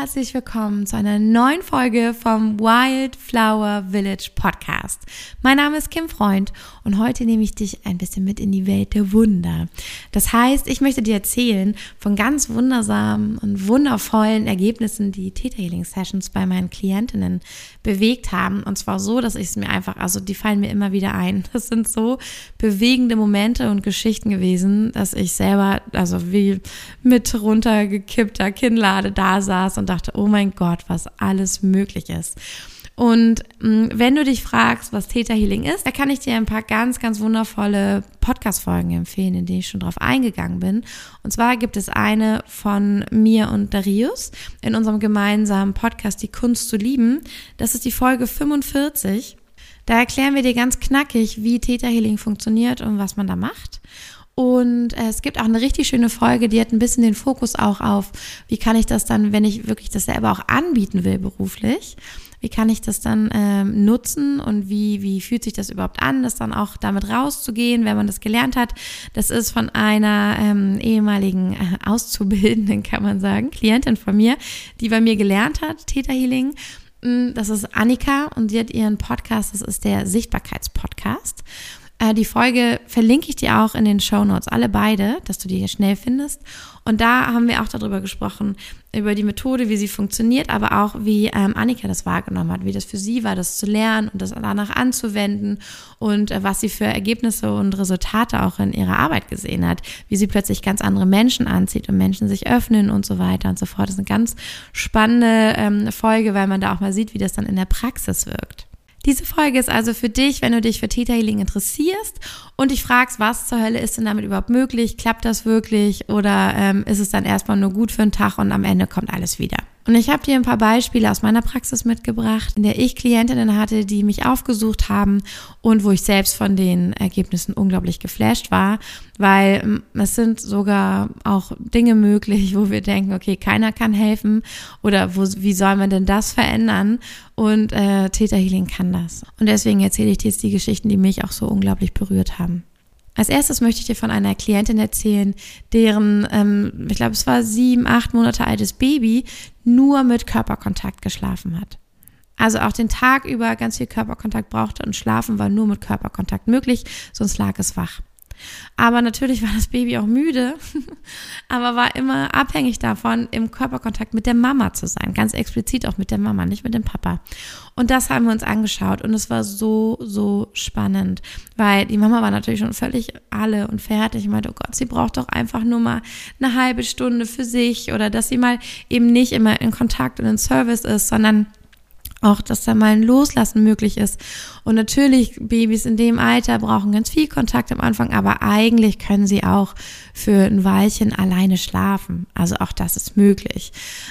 herzlich willkommen zu einer neuen Folge vom Wildflower Village Podcast. Mein Name ist Kim Freund und heute nehme ich dich ein bisschen mit in die Welt der Wunder. Das heißt, ich möchte dir erzählen von ganz wundersamen und wundervollen Ergebnissen, die Theta Healing Sessions bei meinen Klientinnen bewegt haben. Und zwar so, dass ich es mir einfach, die fallen mir immer wieder ein. Das sind so bewegende Momente und Geschichten gewesen, dass ich selber, wie mit runtergekippter Kinnlade da saß und dachte, oh mein Gott, was alles möglich ist. Und wenn du dich fragst, was Theta Healing ist, da kann ich dir ein paar ganz, ganz wundervolle Podcast-Folgen empfehlen, in denen ich schon drauf eingegangen bin. Und zwar gibt es eine von mir und Darius in unserem gemeinsamen Podcast Die Kunst zu lieben. Das ist die Folge 45. Da erklären wir dir ganz knackig, wie Theta Healing funktioniert und was man da macht. Und es gibt auch eine richtig schöne Folge, die hat ein bisschen den Fokus auch auf, wie kann ich das dann, wenn ich wirklich das selber auch anbieten will beruflich, wie kann ich das dann nutzen und wie fühlt sich das überhaupt an, das dann auch damit rauszugehen, wenn man das gelernt hat. Das ist von einer ehemaligen Auszubildenden, kann man sagen, Klientin von mir, die bei mir gelernt hat, Theta Healing. Das ist Annika und sie hat ihren Podcast, das ist der Sichtbarkeitspodcast. Die Folge verlinke ich dir auch in den Shownotes, alle beide, dass du die hier schnell findest. Und da haben wir auch darüber gesprochen, über die Methode, wie sie funktioniert, aber auch wie Annika das wahrgenommen hat, wie das für sie war, das zu lernen und das danach anzuwenden und was sie für Ergebnisse und Resultate auch in ihrer Arbeit gesehen hat, wie sie plötzlich ganz andere Menschen anzieht und Menschen sich öffnen und so weiter und so fort. Das ist eine ganz spannende Folge, weil man da auch mal sieht, wie das dann in der Praxis wirkt. Diese Folge ist also für dich, wenn du dich für Theta Healing interessierst und dich fragst, was zur Hölle ist denn damit überhaupt möglich? Klappt das wirklich oder ist es dann erstmal nur gut für einen Tag und am Ende kommt alles wieder? Und ich habe dir ein paar Beispiele aus meiner Praxis mitgebracht, in der ich Klientinnen hatte, die mich aufgesucht haben und wo ich selbst von den Ergebnissen unglaublich geflasht war, weil es sind sogar auch Dinge möglich, wo wir denken, okay, keiner kann helfen oder wie soll man denn das verändern? Und Theta Healing kann das. Und deswegen erzähle ich dir jetzt die Geschichten, die mich auch so unglaublich berührt haben. Als erstes möchte ich dir von einer Klientin erzählen, deren, ich glaube, es war 7-8 Monate altes Baby nur mit Körperkontakt geschlafen hat. Also auch den Tag über ganz viel Körperkontakt brauchte und Schlafen war nur mit Körperkontakt möglich, sonst lag es wach. Aber natürlich war das Baby auch müde, aber war immer abhängig davon, im Körperkontakt mit der Mama zu sein. Ganz explizit auch mit der Mama, nicht mit dem Papa. Und das haben wir uns angeschaut und es war so, so spannend, weil die Mama war natürlich schon völlig alle und fertig. Ich meinte, oh Gott, sie braucht doch einfach nur mal eine halbe Stunde für sich oder dass sie mal eben nicht immer in Kontakt und in Service ist, sondern auch, dass da mal ein Loslassen möglich ist. Und natürlich, Babys in dem Alter brauchen ganz viel Kontakt am Anfang, aber eigentlich können sie auch für ein Weilchen alleine schlafen. Also auch das ist möglich.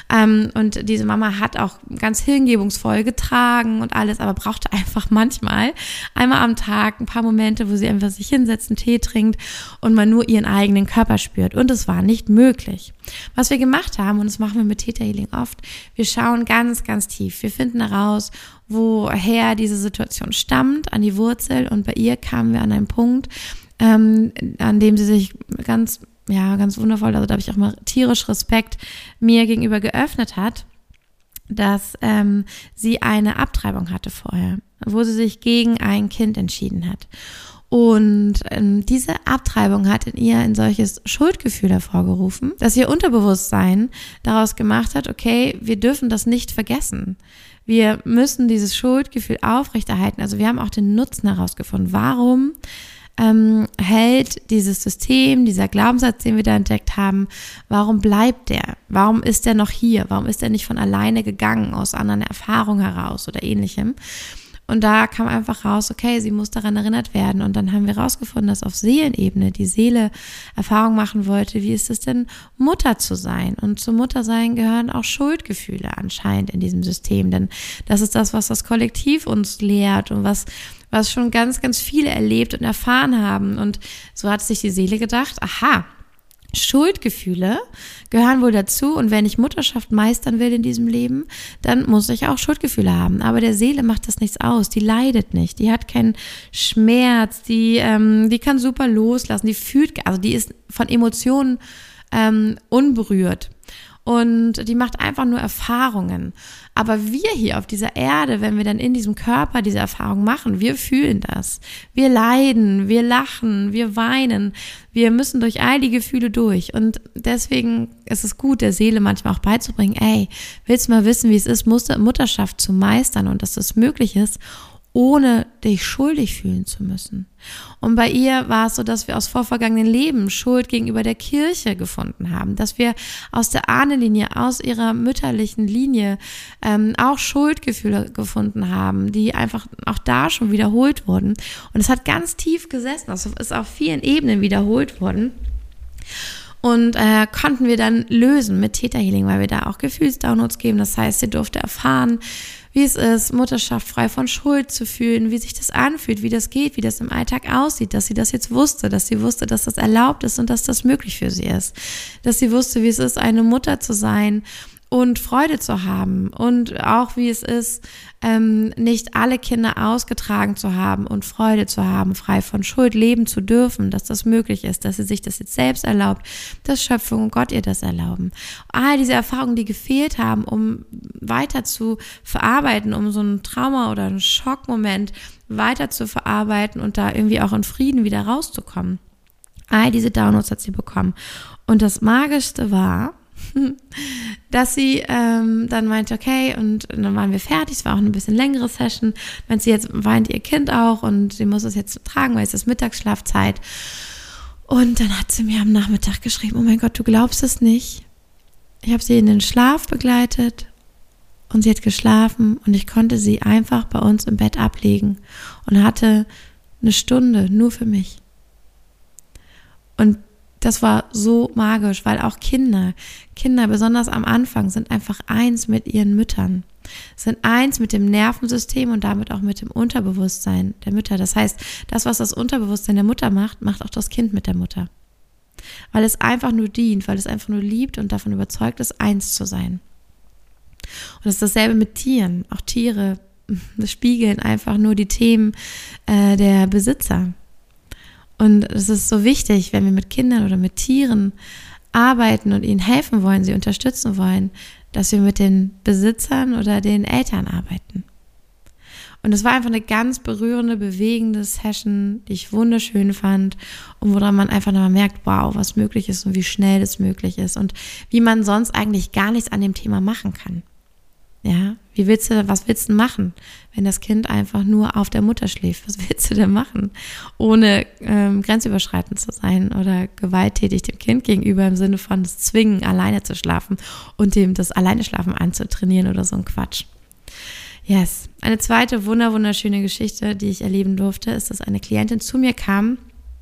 Und diese Mama hat auch ganz hingebungsvoll getragen und alles, aber brauchte einfach manchmal einmal am Tag ein paar Momente, wo sie einfach sich hinsetzt, einen Tee trinkt und man nur ihren eigenen Körper spürt. Und es war nicht möglich. Was wir gemacht haben, und das machen wir mit Theta Healing oft, wir schauen ganz, ganz tief. Wir finden heraus, woher diese Situation stammt, an die Wurzel. Und bei ihr kamen wir an einen Punkt, an dem sie sich ganz wundervoll, also da habe ich auch mal tierisch Respekt mir gegenüber geöffnet hat, dass sie eine Abtreibung hatte vorher, wo sie sich gegen ein Kind entschieden hat. Und diese Abtreibung hat in ihr ein solches Schuldgefühl hervorgerufen, dass ihr Unterbewusstsein daraus gemacht hat, okay, wir dürfen das nicht vergessen. Wir müssen dieses Schuldgefühl aufrechterhalten. Also wir haben auch den Nutzen herausgefunden. Warum hält dieses System, dieser Glaubenssatz, den wir da entdeckt haben, warum bleibt der? Warum ist der noch hier? Warum ist der nicht von alleine gegangen, aus anderen Erfahrungen heraus oder ähnlichem? Und da kam einfach raus, okay, sie muss daran erinnert werden. Und dann haben wir rausgefunden, dass auf Seelenebene die Seele Erfahrung machen wollte, wie ist es denn, Mutter zu sein? Und zum Muttersein gehören auch Schuldgefühle anscheinend in diesem System. Denn das ist das, was das Kollektiv uns lehrt und was schon ganz, ganz viele erlebt und erfahren haben. Und so hat sich die Seele gedacht, aha, Schuldgefühle gehören wohl dazu und wenn ich Mutterschaft meistern will in diesem Leben, dann muss ich auch Schuldgefühle haben. Aber der Seele macht das nichts aus, die leidet nicht, die hat keinen Schmerz, die kann super loslassen, die fühlt, also die ist von Emotionen unberührt. und die macht einfach nur Erfahrungen. Aber wir hier auf dieser Erde, wenn wir dann in diesem Körper diese Erfahrung machen, wir fühlen das. Wir leiden, wir lachen, wir weinen. Wir müssen durch all die Gefühle durch. Und deswegen ist es gut, der Seele manchmal auch beizubringen, ey, willst du mal wissen, wie es ist, Mutterschaft zu meistern und dass das möglich ist, ohne dich schuldig fühlen zu müssen. Und bei ihr war es so, dass wir aus vorvergangenen Leben Schuld gegenüber der Kirche gefunden haben, dass wir aus der Ahnenlinie, aus ihrer mütterlichen Linie auch Schuldgefühle gefunden haben, die einfach auch da schon wiederholt wurden. Und es hat ganz tief gesessen, also ist auf vielen Ebenen wiederholt worden. Und konnten wir dann lösen mit Theta Healing, weil wir da auch Gefühlsdownloads geben. Das heißt, sie durfte erfahren, wie es ist, Mutterschaft frei von Schuld zu fühlen, wie sich das anfühlt, wie das geht, wie das im Alltag aussieht, dass sie das jetzt wusste, dass sie wusste, dass das erlaubt ist und dass das möglich für sie ist. Dass sie wusste, wie es ist, eine Mutter zu sein und Freude zu haben und auch wie es ist, nicht alle Kinder ausgetragen zu haben und Freude zu haben, frei von Schuld leben zu dürfen, dass das möglich ist, dass sie sich das jetzt selbst erlaubt, dass Schöpfung und Gott ihr das erlauben. All diese Erfahrungen, die gefehlt haben, um weiter zu verarbeiten, um so einen Trauma oder einen Schockmoment weiter zu verarbeiten und da irgendwie auch in Frieden wieder rauszukommen. All diese Downloads hat sie bekommen. Und das Magischste war, dass sie dann meinte, okay, und dann waren wir fertig, es war auch eine bisschen längere Session, meinte sie, jetzt weint ihr Kind auch und sie muss es jetzt tragen, weil es ist Mittagsschlafzeit. Und dann hat sie mir am Nachmittag geschrieben, oh mein Gott, du glaubst es nicht. Ich habe sie in den Schlaf begleitet und sie hat geschlafen und ich konnte sie einfach bei uns im Bett ablegen und hatte eine Stunde nur für mich. Und das war so magisch, weil auch Kinder besonders am Anfang sind einfach eins mit ihren Müttern, sind eins mit dem Nervensystem und damit auch mit dem Unterbewusstsein der Mütter. Das heißt, das, was das Unterbewusstsein der Mutter macht, macht auch das Kind mit der Mutter. Weil es einfach nur dient, weil es einfach nur liebt und davon überzeugt ist, eins zu sein. Und es ist dasselbe mit Tieren. Auch Tiere spiegeln einfach nur die Themen der Besitzer. Und es ist so wichtig, wenn wir mit Kindern oder mit Tieren arbeiten und ihnen helfen wollen, sie unterstützen wollen, dass wir mit den Besitzern oder den Eltern arbeiten. Und es war einfach eine ganz berührende, bewegende Session, die ich wunderschön fand und woran man einfach nochmal merkt, wow, was möglich ist und wie schnell das möglich ist und wie man sonst eigentlich gar nichts an dem Thema machen kann. Ja, was willst du machen, wenn das Kind einfach nur auf der Mutter schläft? Was willst du denn machen, ohne grenzüberschreitend zu sein oder gewalttätig dem Kind gegenüber im Sinne von das Zwingen, alleine zu schlafen und dem das Alleineschlafen anzutrainieren oder so ein Quatsch. Yes. Eine zweite wunderschöne Geschichte, die ich erleben durfte, ist, dass eine Klientin zu mir kam,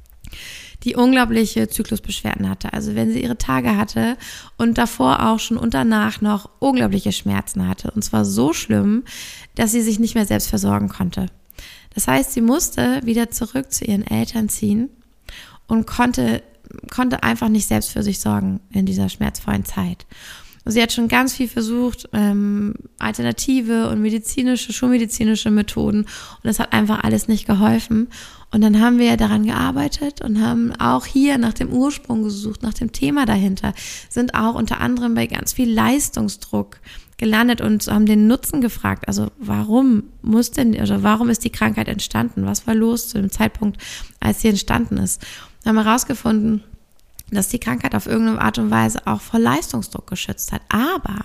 die unglaubliche Zyklusbeschwerden hatte. Also wenn sie ihre Tage hatte und davor auch schon und danach noch unglaubliche Schmerzen hatte. Und zwar so schlimm, dass sie sich nicht mehr selbst versorgen konnte. Das heißt, sie musste wieder zurück zu ihren Eltern ziehen und konnte einfach nicht selbst für sich sorgen in dieser schmerzvollen Zeit. Und sie hat schon ganz viel versucht, alternative und schulmedizinische Methoden, und das hat einfach alles nicht geholfen. Und dann haben wir daran gearbeitet und haben auch hier nach dem Ursprung gesucht, nach dem Thema dahinter, sind auch unter anderem bei ganz viel Leistungsdruck gelandet und haben den Nutzen gefragt. Also warum ist die Krankheit entstanden? Was war los zu dem Zeitpunkt, als sie entstanden ist? Wir haben herausgefunden, dass die Krankheit auf irgendeine Art und Weise auch vor Leistungsdruck geschützt hat. Aber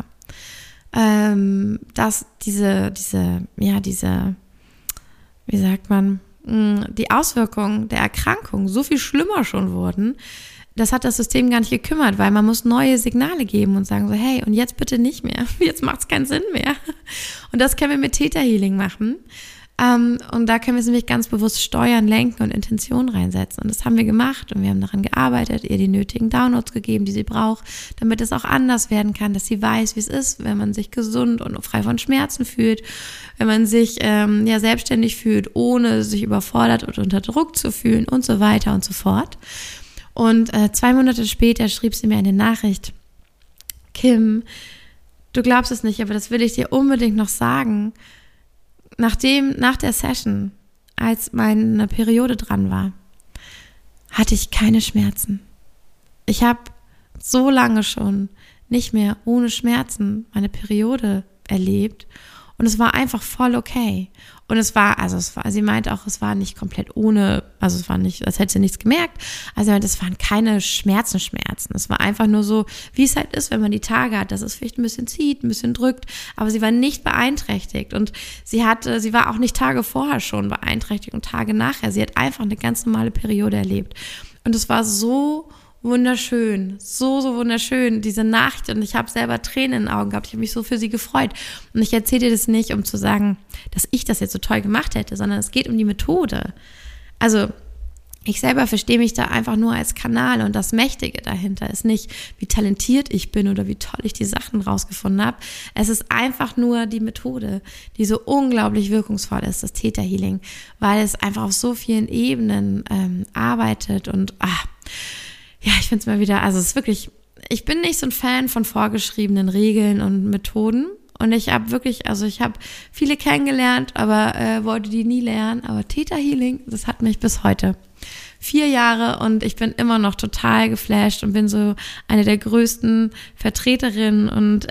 dass die Auswirkungen der Erkrankung so viel schlimmer schon wurden, das hat das System gar nicht gekümmert, weil man muss neue Signale geben und sagen so, hey, und jetzt bitte nicht mehr, jetzt macht es keinen Sinn mehr. Und das können wir mit Theta Healing machen. Und da können wir es nämlich ganz bewusst steuern, lenken und Intention reinsetzen. Und das haben wir gemacht und wir haben daran gearbeitet, ihr die nötigen Downloads gegeben, die sie braucht, damit es auch anders werden kann, dass sie weiß, wie es ist, wenn man sich gesund und frei von Schmerzen fühlt, wenn man sich selbstständig fühlt, ohne sich überfordert und unter Druck zu fühlen und so weiter und so fort. Und 2 Monate später schrieb sie mir eine Nachricht: Kim, du glaubst es nicht, aber das will ich dir unbedingt noch sagen. Nach der Session, als meine Periode dran war, hatte ich keine Schmerzen. Ich habe so lange schon nicht mehr ohne Schmerzen meine Periode erlebt und es war einfach voll okay. Und sie meinte auch, es war nicht komplett ohne, also es war nicht, als hätte sie nichts gemerkt. Also sie meinte, es waren keine Schmerzen. Es war einfach nur so, wie es halt ist, wenn man die Tage hat, dass es vielleicht ein bisschen zieht, ein bisschen drückt, aber sie war nicht beeinträchtigt und sie war auch nicht Tage vorher schon beeinträchtigt und Tage nachher. Sie hat einfach eine ganz normale Periode erlebt. Und es war so wunderschön, so wunderschön, diese Nachricht, und ich habe selber Tränen in den Augen gehabt, ich habe mich so für sie gefreut und ich erzähle dir das nicht, um zu sagen, dass ich das jetzt so toll gemacht hätte, sondern es geht um die Methode. Also ich selber verstehe mich da einfach nur als Kanal und das Mächtige dahinter ist nicht, wie talentiert ich bin oder wie toll ich die Sachen rausgefunden habe. Es ist einfach nur die Methode, die so unglaublich wirkungsvoll ist, das Theta Healing, weil es einfach auf so vielen Ebenen arbeitet und ja, ich finde es mal wieder, also es ist wirklich, ich bin nicht so ein Fan von vorgeschriebenen Regeln und Methoden und ich habe viele kennengelernt, aber wollte die nie lernen, aber Theta Healing, das hat mich bis heute 4 Jahre und ich bin immer noch total geflasht und bin so eine der größten Vertreterinnen und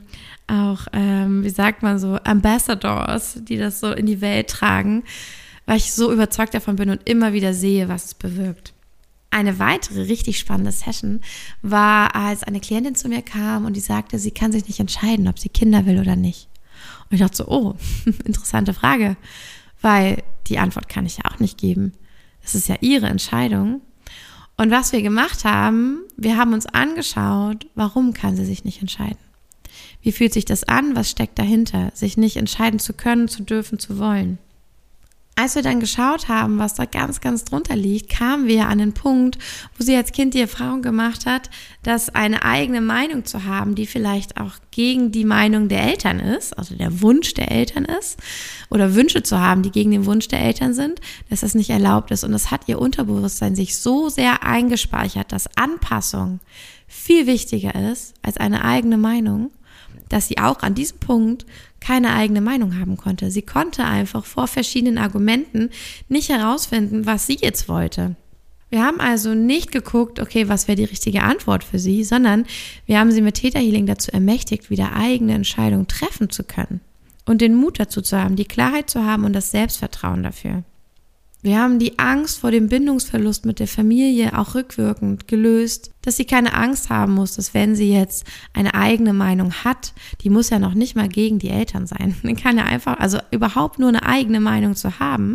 wie sagt man so, Ambassadors, die das so in die Welt tragen, weil ich so überzeugt davon bin und immer wieder sehe, was es bewirkt. Eine weitere richtig spannende Session war, als eine Klientin zu mir kam und die sagte, sie kann sich nicht entscheiden, ob sie Kinder will oder nicht. Und ich dachte so, oh, interessante Frage, weil die Antwort kann ich ja auch nicht geben. Das ist ja ihre Entscheidung. Und was wir gemacht haben, wir haben uns angeschaut, warum kann sie sich nicht entscheiden? Wie fühlt sich das an? Was steckt dahinter? Sich nicht entscheiden zu können, zu dürfen, zu wollen. Als wir dann geschaut haben, was da ganz, ganz drunter liegt, kamen wir an den Punkt, wo sie als Kind die Erfahrung gemacht hat, dass eine eigene Meinung zu haben, die vielleicht auch gegen die Meinung der Eltern ist, also der Wunsch der Eltern ist, oder Wünsche zu haben, die gegen den Wunsch der Eltern sind, dass das nicht erlaubt ist. Und das hat ihr Unterbewusstsein sich so sehr eingespeichert, dass Anpassung viel wichtiger ist als eine eigene Meinung, dass sie auch an diesem Punkt keine eigene Meinung haben konnte. Sie konnte einfach vor verschiedenen Argumenten nicht herausfinden, was sie jetzt wollte. Wir haben also nicht geguckt, okay, was wäre die richtige Antwort für sie, sondern wir haben sie mit Theta Healing dazu ermächtigt, wieder eigene Entscheidungen treffen zu können und den Mut dazu zu haben, die Klarheit zu haben und das Selbstvertrauen dafür. Wir haben die Angst vor dem Bindungsverlust mit der Familie auch rückwirkend gelöst, dass sie keine Angst haben muss, dass wenn sie jetzt eine eigene Meinung hat, die muss ja noch nicht mal gegen die Eltern sein. Man kann ja einfach, also überhaupt nur eine eigene Meinung zu haben,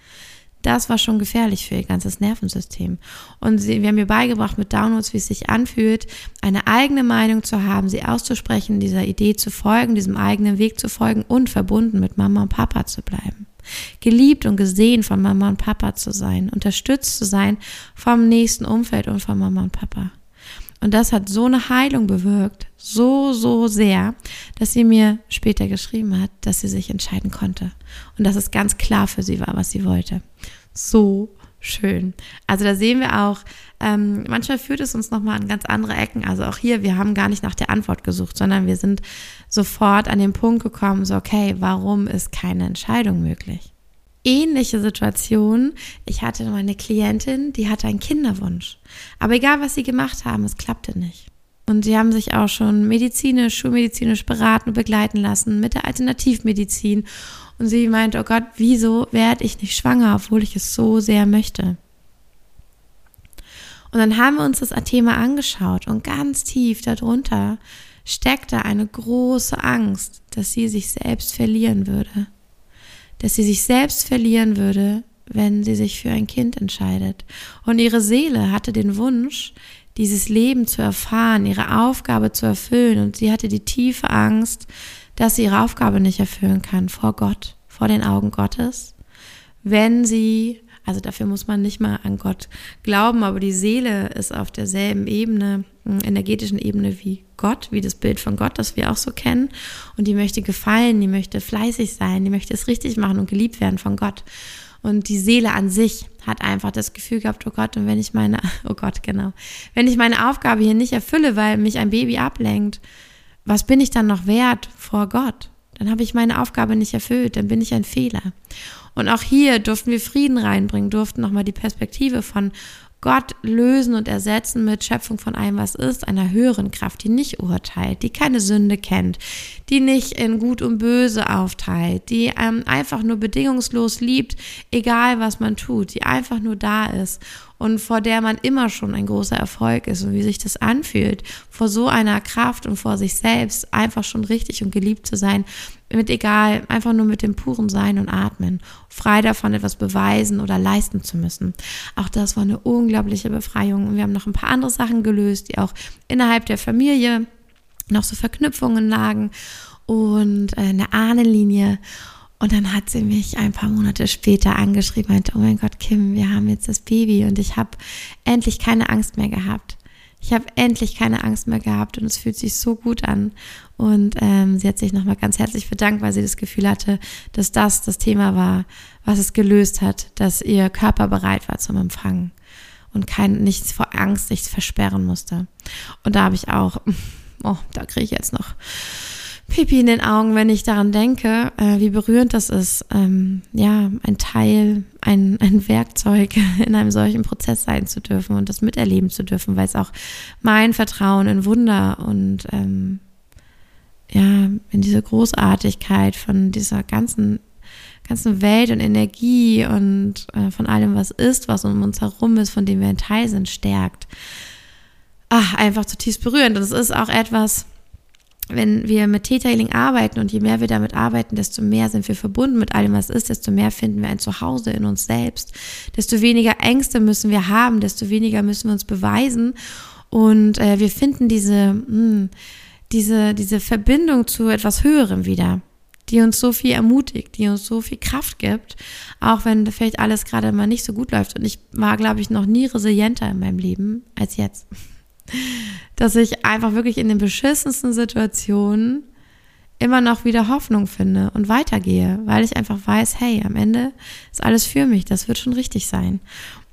das war schon gefährlich für ihr ganzes Nervensystem. Und wir haben ihr beigebracht mit Downloads, wie es sich anfühlt, eine eigene Meinung zu haben, sie auszusprechen, dieser Idee zu folgen, diesem eigenen Weg zu folgen und verbunden mit Mama und Papa zu bleiben. Geliebt und gesehen von Mama und Papa zu sein, unterstützt zu sein vom nächsten Umfeld und von Mama und Papa. Und das hat so eine Heilung bewirkt, so sehr, dass sie mir später geschrieben hat, dass sie sich entscheiden konnte. Und dass es ganz klar für sie war, was sie wollte. So schön. Also da sehen wir auch, manchmal führt es uns nochmal an ganz andere Ecken. Also auch hier, wir haben gar nicht nach der Antwort gesucht, sondern wir sind sofort an den Punkt gekommen, so okay, warum ist keine Entscheidung möglich? Ähnliche Situation, ich hatte meine Klientin, die hatte einen Kinderwunsch. Aber egal, was sie gemacht haben, es klappte nicht. Und sie haben sich auch schon schulmedizinisch beraten und begleiten lassen mit der Alternativmedizin. Und sie meinte, oh Gott, wieso werde ich nicht schwanger, obwohl ich es so sehr möchte? Und dann haben wir uns das Thema angeschaut und ganz tief darunter steckte eine große Angst, dass sie sich selbst verlieren würde. Dass sie sich selbst verlieren würde, wenn sie sich für ein Kind entscheidet. Und ihre Seele hatte den Wunsch, dieses Leben zu erfahren, ihre Aufgabe zu erfüllen. Und sie hatte die tiefe Angst, dass sie ihre Aufgabe nicht erfüllen kann vor Gott, vor den Augen Gottes, wenn sie, also dafür muss man nicht mal an Gott glauben, aber die Seele ist auf derselben Ebene, energetischen Ebene wie Gott, wie das Bild von Gott, das wir auch so kennen. Und die möchte gefallen, die möchte fleißig sein, die möchte es richtig machen und geliebt werden von Gott. Und die Seele an sich hat einfach das Gefühl gehabt, oh Gott, und wenn ich meine Aufgabe hier nicht erfülle, weil mich ein Baby ablenkt, was bin ich dann noch wert vor Gott? Dann habe ich meine Aufgabe nicht erfüllt, dann bin ich ein Fehler. Und auch hier durften wir Frieden reinbringen, durften nochmal die Perspektive von Gott lösen und ersetzen mit Schöpfung von allem, was ist, einer höheren Kraft, die nicht urteilt, die keine Sünde kennt, die nicht in Gut und Böse aufteilt, die einfach nur bedingungslos liebt, egal was man tut, die einfach nur da ist und vor der man immer schon ein großer Erfolg ist und wie sich das anfühlt, vor so einer Kraft und vor sich selbst einfach schon richtig und geliebt zu sein, einfach nur mit dem puren Sein und Atmen, frei davon etwas beweisen oder leisten zu müssen. Auch das war eine unglaubliche Befreiung und wir haben noch ein paar andere Sachen gelöst, die auch innerhalb der Familie noch so Verknüpfungen lagen und eine Ahnenlinie. Und dann hat sie mich ein paar Monate später angeschrieben und meinte, oh mein Gott, Kim, wir haben jetzt das Baby und ich habe endlich keine Angst mehr gehabt. Ich habe endlich keine Angst mehr gehabt und es fühlt sich so gut an. Und sie hat sich nochmal ganz herzlich bedankt, weil sie das Gefühl hatte, dass das Thema war, was es gelöst hat, dass ihr Körper bereit war zum Empfangen und nichts vor Angst, sich versperren musste. Und da habe ich auch, da kriege ich jetzt noch Pipi in den Augen, wenn ich daran denke, wie berührend das ist, ein Teil, ein Werkzeug in einem solchen Prozess sein zu dürfen und das miterleben zu dürfen, weil es auch mein Vertrauen in Wunder und in diese Großartigkeit von dieser ganzen Welt und Energie und von allem, was ist, was um uns herum ist, von dem wir ein Teil sind, stärkt. Einfach zutiefst berührend. Und es ist auch etwas, wenn wir mit Theta Healing arbeiten und je mehr wir damit arbeiten, desto mehr sind wir verbunden mit allem, was ist, desto mehr finden wir ein Zuhause in uns selbst, desto weniger Ängste müssen wir haben, desto weniger müssen wir uns beweisen und wir finden diese Verbindung zu etwas Höherem wieder, die uns so viel ermutigt, die uns so viel Kraft gibt, auch wenn vielleicht alles gerade mal nicht so gut läuft. Und ich war, glaube ich, noch nie resilienter in meinem Leben als jetzt. Dass ich einfach wirklich in den beschissensten Situationen immer noch wieder Hoffnung finde und weitergehe, weil ich einfach weiß, hey, am Ende ist alles für mich, das wird schon richtig sein.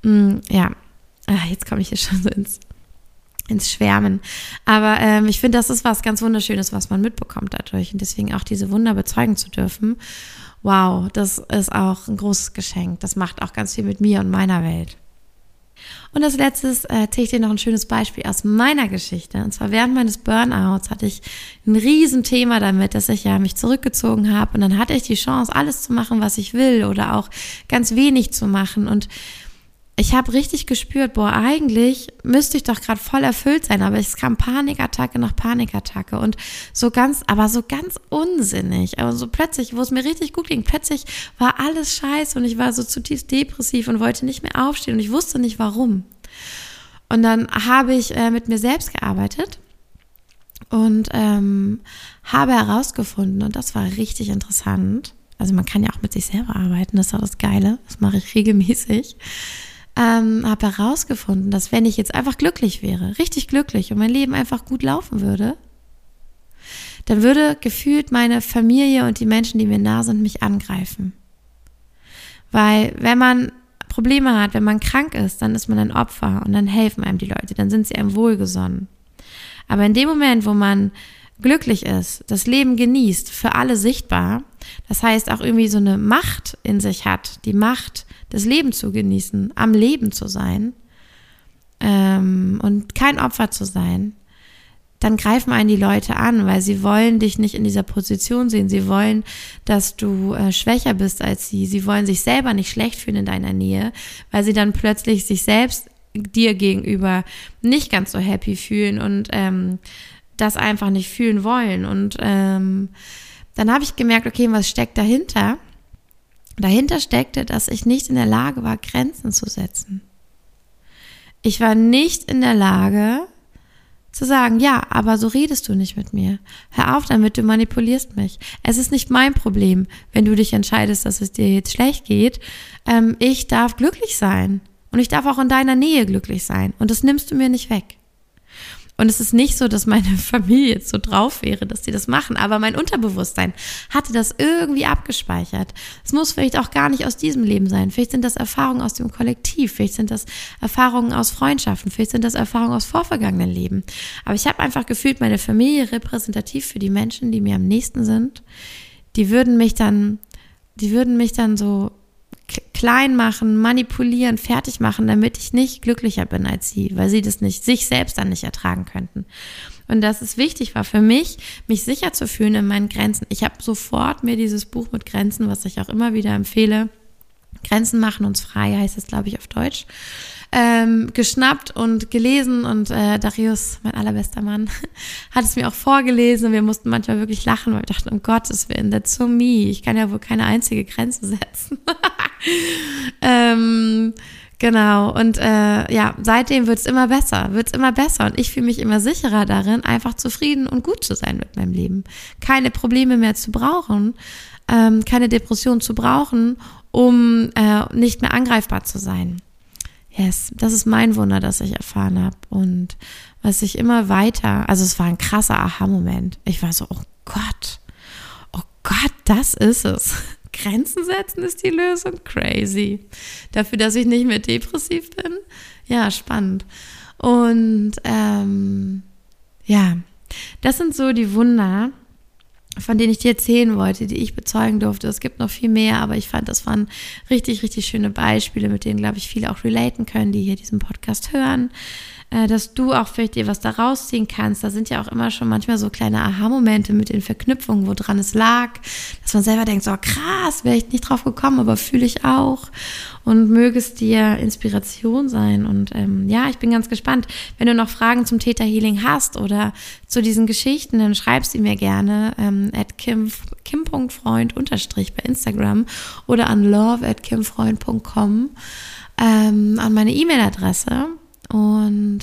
Jetzt komme ich hier schon so ins Schwärmen. Aber ich finde, das ist was ganz Wunderschönes, was man mitbekommt dadurch und deswegen auch diese Wunder bezeugen zu dürfen. Wow, das ist auch ein großes Geschenk. Das macht auch ganz viel mit mir und meiner Welt. Und als letztes erzähle ich dir noch ein schönes Beispiel aus meiner Geschichte. Und zwar während meines Burnouts hatte ich ein Riesenthema damit, dass ich mich zurückgezogen habe. Und dann hatte ich die Chance, alles zu machen, was ich will oder auch ganz wenig zu machen. Und ich habe richtig gespürt, eigentlich müsste ich doch gerade voll erfüllt sein, aber es kam Panikattacke nach Panikattacke und so ganz unsinnig. Aber so plötzlich, wo es mir richtig gut ging, plötzlich war alles scheiße und ich war so zutiefst depressiv und wollte nicht mehr aufstehen und ich wusste nicht warum. Und dann habe ich mit mir selbst gearbeitet und habe herausgefunden, und das war richtig interessant, also man kann ja auch mit sich selber arbeiten, das ist auch das Geile, das mache ich regelmäßig, habe herausgefunden, dass wenn ich jetzt einfach glücklich wäre, richtig glücklich und mein Leben einfach gut laufen würde, dann würde gefühlt meine Familie und die Menschen, die mir nah sind, mich angreifen. Weil wenn man Probleme hat, wenn man krank ist, dann ist man ein Opfer und dann helfen einem die Leute, dann sind sie einem wohlgesonnen. Aber in dem Moment, wo man glücklich ist, das Leben genießt, für alle sichtbar, das heißt auch irgendwie so eine Macht in sich hat, die Macht, das Leben zu genießen, am Leben zu sein und kein Opfer zu sein, dann greifen einen die Leute an, weil sie wollen dich nicht in dieser Position sehen. Sie wollen, dass du schwächer bist als sie. Sie wollen sich selber nicht schlecht fühlen in deiner Nähe, weil sie dann plötzlich sich selbst dir gegenüber nicht ganz so happy fühlen und das einfach nicht fühlen wollen. Und dann habe ich gemerkt, okay, was steckt dahinter? Dahinter steckte, dass ich nicht in der Lage war, Grenzen zu setzen. Ich war nicht in der Lage zu sagen, ja, aber so redest du nicht mit mir. Hör auf damit, du manipulierst mich. Es ist nicht mein Problem, wenn du dich entscheidest, dass es dir jetzt schlecht geht. Ich darf glücklich sein und ich darf auch in deiner Nähe glücklich sein und das nimmst du mir nicht weg. Und es ist nicht so, dass meine Familie jetzt so drauf wäre, dass sie das machen, aber mein Unterbewusstsein hatte das irgendwie abgespeichert. Es muss vielleicht auch gar nicht aus diesem Leben sein. Vielleicht sind das Erfahrungen aus dem Kollektiv, vielleicht sind das Erfahrungen aus Freundschaften, vielleicht sind das Erfahrungen aus vorvergangenen Leben. Aber ich habe einfach gefühlt, meine Familie repräsentativ für die Menschen, die mir am nächsten sind, die würden mich dann so klein machen, manipulieren, fertig machen, damit ich nicht glücklicher bin als sie, weil sie das nicht, sich selbst dann nicht ertragen könnten. Und dass es wichtig war für mich, mich sicher zu fühlen in meinen Grenzen. Ich habe sofort mir dieses Buch mit Grenzen, was ich auch immer wieder empfehle, Grenzen machen uns frei, heißt es, glaube ich, auf Deutsch, geschnappt und gelesen und Darius, mein allerbester Mann, hat es mir auch vorgelesen und wir mussten manchmal wirklich lachen, weil wir dachten, um Gottes Willen, that's so me, ich kann ja wohl keine einzige Grenze setzen. Genau, und seitdem wird es immer besser und ich fühle mich immer sicherer darin, einfach zufrieden und gut zu sein mit meinem Leben. Keine Probleme mehr zu brauchen, keine Depression zu brauchen, um nicht mehr angreifbar zu sein. Yes, das ist mein Wunder, das ich erfahren habe und was ich immer weiter, also es war ein krasser Aha-Moment. Ich war so, oh Gott, das ist es. Grenzen setzen ist die Lösung, crazy. Dafür, dass ich nicht mehr depressiv bin, ja, spannend. Und das sind so die Wunder, von denen ich dir erzählen wollte, die ich bezeugen durfte. Es gibt noch viel mehr, aber ich fand, das waren richtig, richtig schöne Beispiele, mit denen, glaube ich, viele auch relaten können, die hier diesen Podcast hören, dass du auch vielleicht dir was da rausziehen kannst. Da sind ja auch immer schon manchmal so kleine Aha-Momente mit den Verknüpfungen, woran es lag, dass man selber denkt, so krass, wäre ich nicht drauf gekommen, aber fühle ich auch. Und möge es dir Inspiration sein. Und ich bin ganz gespannt. Wenn du noch Fragen zum Theta Healing hast oder zu diesen Geschichten, dann schreib sie mir gerne @kim.freund_ bei Instagram oder an love@kimfreund.com an meine E-Mail-Adresse. Und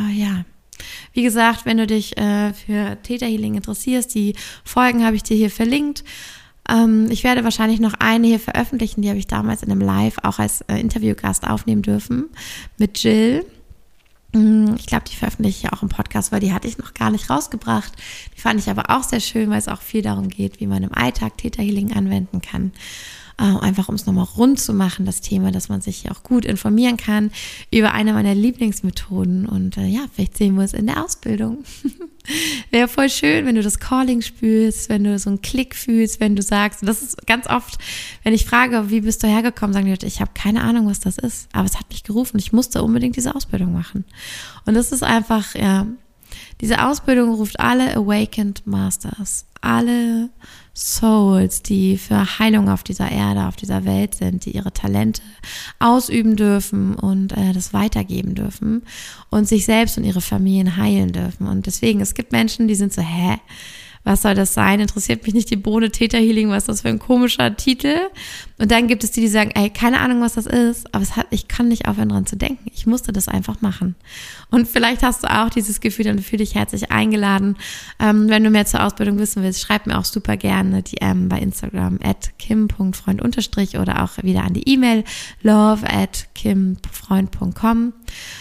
wie gesagt, wenn du dich für Theta Healing interessierst, die Folgen habe ich dir hier verlinkt. Ich werde wahrscheinlich noch eine hier veröffentlichen, die habe ich damals in einem Live auch als Interviewgast aufnehmen dürfen mit Jill. Ich glaube, die veröffentliche ich auch im Podcast, weil die hatte ich noch gar nicht rausgebracht. Die fand ich aber auch sehr schön, weil es auch viel darum geht, wie man im Alltag Theta Healing anwenden kann. Einfach um es nochmal rund zu machen, das Thema, dass man sich auch gut informieren kann über eine meiner Lieblingsmethoden. Und vielleicht sehen wir es in der Ausbildung. Wäre voll schön, wenn du das Calling spürst, wenn du so einen Klick fühlst, wenn du sagst, das ist ganz oft, wenn ich frage, wie bist du hergekommen, sagen die Leute, ich habe keine Ahnung, was das ist, aber es hat mich gerufen, ich musste unbedingt diese Ausbildung machen. Und das ist einfach, diese Ausbildung ruft alle Awakened Masters, alle Souls, die für Heilung auf dieser Erde, auf dieser Welt sind, die ihre Talente ausüben dürfen und das weitergeben dürfen und sich selbst und ihre Familien heilen dürfen. Und deswegen, es gibt Menschen, die sind so, was soll das sein? Interessiert mich nicht die Bohne, Theta Healing, was ist das für ein komischer Titel? Und dann gibt es die sagen, keine Ahnung, was das ist, aber ich kann nicht aufhören, dran zu denken. Ich musste das einfach machen. Und vielleicht hast du auch dieses Gefühl, dann fühl dich herzlich eingeladen. Wenn du mehr zur Ausbildung wissen willst, schreib mir auch super gerne DM bei Instagram @kim.freund_ oder auch wieder an die E-Mail love@kimfreund.com.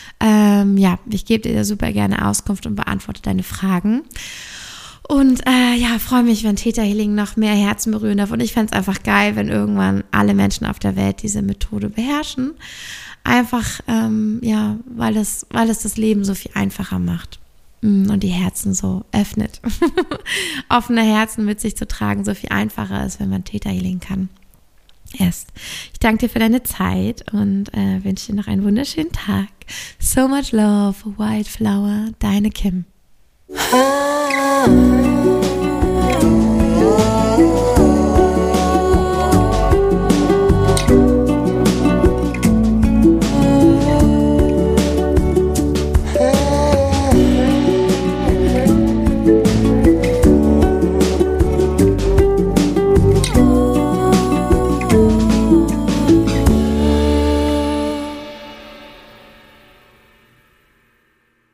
Ich gebe dir da super gerne Auskunft und beantworte deine Fragen. Und freue mich, wenn Theta Healing noch mehr Herzen berühren darf. Und ich fände es einfach geil, wenn irgendwann alle Menschen auf der Welt diese Methode beherrschen. Einfach, weil es das Leben so viel einfacher macht und die Herzen so öffnet. Offene Herzen mit sich zu tragen so viel einfacher ist, wenn man Theta Healing kann. Ich danke dir für deine Zeit und wünsche dir noch einen wunderschönen Tag. So much love, Wildflower, deine Kim.